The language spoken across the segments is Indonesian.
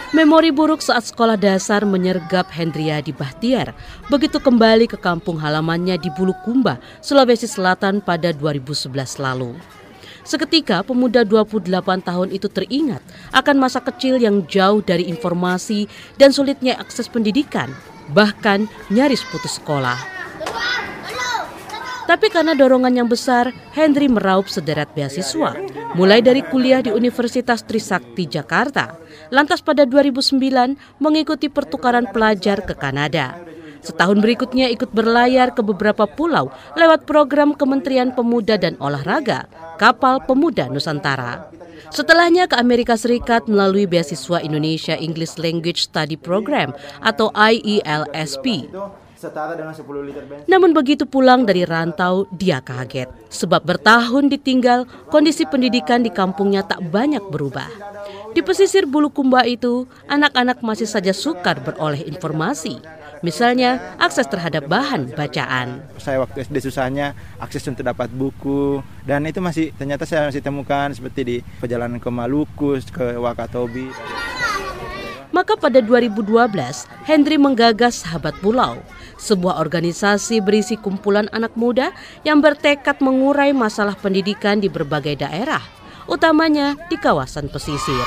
Memori buruk saat sekolah dasar menyergap Hendriadi Bahtiar begitu kembali ke kampung halamannya di Bulukumba, Sulawesi Selatan pada 2011 lalu. Seketika pemuda 28 tahun itu teringat akan masa kecil yang jauh dari informasi dan sulitnya akses pendidikan, bahkan nyaris putus sekolah. Tapi karena dorongan yang besar, Hendri meraup sederet beasiswa, mulai dari kuliah di Universitas Trisakti Jakarta, lantas pada 2009 mengikuti pertukaran pelajar ke Kanada. Setahun berikutnya ikut berlayar ke beberapa pulau lewat program Kementerian Pemuda dan Olahraga, Kapal Pemuda Nusantara. Setelahnya ke Amerika Serikat melalui beasiswa Indonesia English Language Study Program atau IELSP. Namun begitu pulang dari rantau, dia kaget. Sebab bertahun ditinggal, kondisi pendidikan di kampungnya tak banyak berubah. Di pesisir Bulukumba itu, anak-anak masih saja sukar beroleh informasi. Misalnya, akses terhadap bahan bacaan. Saya waktu SD susahnya akses untuk dapat buku. Dan itu ternyata saya masih temukan seperti di perjalanan ke Maluku, ke Wakatobi. Maka pada 2012, Hendri menggagas Sahabat Pulau, sebuah organisasi berisi kumpulan anak muda yang bertekad mengurai masalah pendidikan di berbagai daerah, utamanya di kawasan pesisir.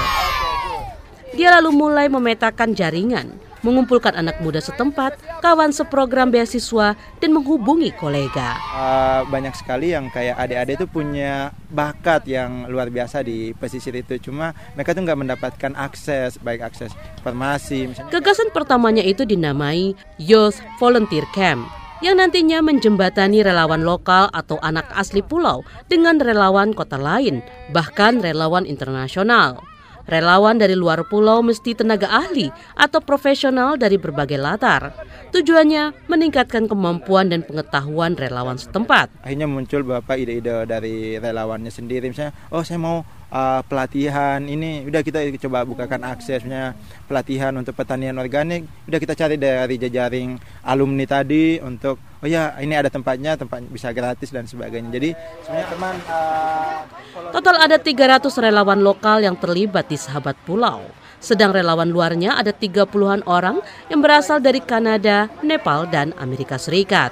Dia lalu mulai memetakan jaringan, mengumpulkan anak muda setempat, kawan seprogram beasiswa, dan menghubungi kolega. Banyak sekali yang kayak adik-adik itu punya bakat yang luar biasa di pesisir itu. Cuma mereka tuh nggak mendapatkan akses, baik akses informasi. Gagasan pertamanya itu dinamai Youth Volunteer Camp, yang nantinya menjembatani relawan lokal atau anak asli pulau dengan relawan kota lain, bahkan relawan internasional. Relawan dari luar pulau mesti tenaga ahli atau profesional dari berbagai latar. Tujuannya meningkatkan kemampuan dan pengetahuan relawan setempat. Akhirnya muncul beberapa ide-ide dari relawannya sendiri. Misalnya, saya mau pelatihan ini, udah kita coba bukakan akses, misalnya pelatihan untuk pertanian organik, udah kita cari dari jejaring alumni tadi untuk, ini ada tempat bisa gratis dan sebagainya. Jadi sebenarnya teman total ada 300 relawan lokal yang terlibat di Sahabat Pulau. Sedang relawan luarnya ada 30-an orang yang berasal dari Kanada, Nepal, dan Amerika Serikat.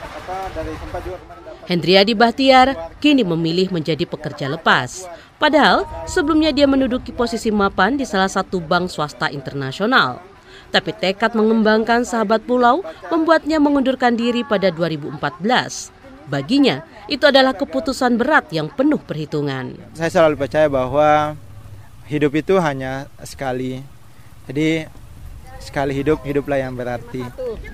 Hendriadi Bahtiar kini memilih menjadi pekerja lepas. Padahal sebelumnya dia menduduki posisi mapan di salah satu bank swasta internasional. Tapi tekad mengembangkan Sahabat Pulau membuatnya mengundurkan diri pada 2014. Baginya, itu adalah keputusan berat yang penuh perhitungan. Saya selalu percaya bahwa hidup itu hanya sekali. Jadi sekali hiduplah yang berarti.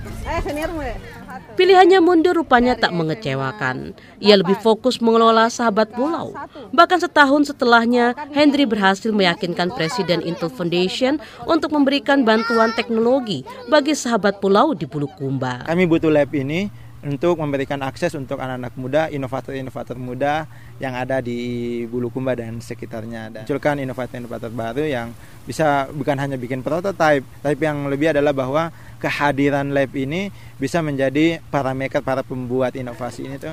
Pilihannya mundur rupanya tak mengecewakan. Ia lebih fokus mengelola Sahabat Pulau. Bahkan setahun setelahnya, Hendri berhasil meyakinkan Presiden Intel Foundation untuk memberikan bantuan teknologi bagi Sahabat Pulau di Bulukumba. Kami butuh lab ini untuk memberikan akses untuk anak-anak muda, inovator-inovator muda yang ada di Bulukumba dan sekitarnya. Dan munculkan inovator-inovator baru yang bisa bukan hanya bikin prototipe, tapi yang lebih adalah bahwa kehadiran lab ini bisa menjadi parameter para pembuat inovasi ini tuh.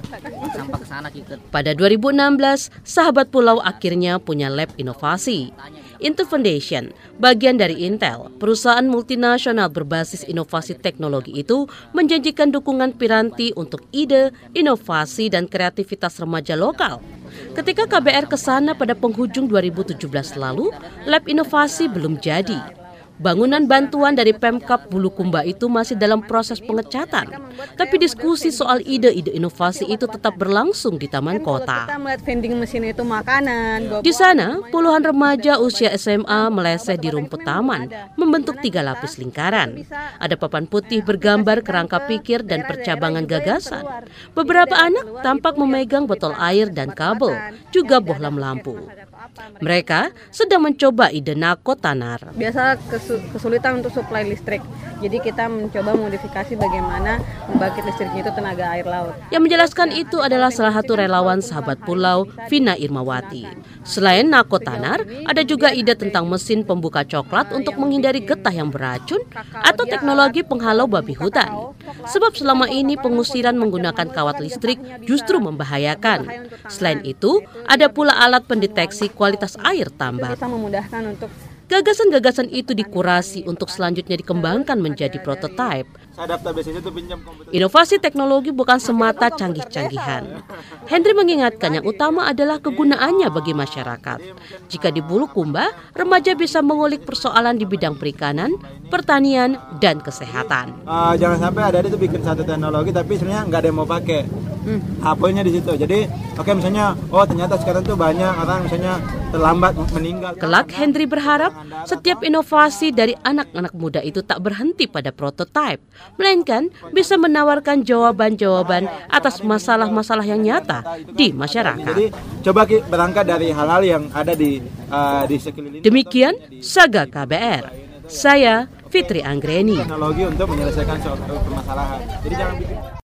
Pada 2016, Sahabat Pulau akhirnya punya lab inovasi. Intel Foundation, bagian dari Intel, perusahaan multinasional berbasis inovasi teknologi itu menjanjikan dukungan piranti untuk ide, inovasi, dan kreativitas remaja lokal. Ketika KBR ke sana pada penghujung 2017 lalu, lab inovasi belum jadi. Bangunan bantuan dari Pemkab Bulukumba itu masih dalam proses pengecatan. Tapi diskusi soal ide-ide inovasi itu tetap berlangsung di Taman Kota. Kita melihat vending mesin itu makanan. Di sana, puluhan remaja usia SMA meleseh di rumput taman, membentuk 3 lapis lingkaran. Ada papan putih bergambar kerangka pikir dan percabangan gagasan. Beberapa anak tampak memegang botol air dan kabel, juga bohlam lampu. Mereka sedang mencoba ide Nako Tanar. Biasa kesulitan untuk suplai listrik. Jadi kita mencoba modifikasi bagaimana membangkit listriknya itu tenaga air laut. Yang menjelaskan itu adalah salah satu relawan Sahabat Pulau, Vina Irmawati. Selain Nako Tanar, ada juga ide tentang mesin pembuka coklat untuk menghindari getah yang beracun atau teknologi penghalau babi hutan. Sebab selama ini pengusiran menggunakan kawat listrik justru membahayakan. Selain itu, ada pula alat pendeteksi kualitas air tambak. Bisa memudahkan untuk Gagasan-gagasan itu dikurasi untuk selanjutnya dikembangkan menjadi prototipe. Saya daftar biasanya tuh pinjam komputer. Inovasi teknologi bukan semata canggih-canggihan. Henry mengingatkan yang utama adalah kegunaannya bagi masyarakat. Jika di Bulukumba, remaja bisa mengulik persoalan di bidang perikanan, pertanian, dan kesehatan. Jangan sampai ada itu bikin satu teknologi tapi sebenarnya nggak ada yang mau pakai. Poinnya di situ. Jadi, misalnya, ternyata sekarang tuh banyak orang misalnya terlambat meninggal. Kelak Henry berharap setiap inovasi dari anak-anak muda itu tak berhenti pada prototipe, melainkan bisa menawarkan jawaban-jawaban atas masalah-masalah yang nyata di masyarakat. Jadi coba berangkat dari hal-hal yang ada di sekeliling. Demikian Saga KBR. Saya Fitri Anggreni. Teknologi untuk menyelesaikan permasalahan. Jadi jangan bikin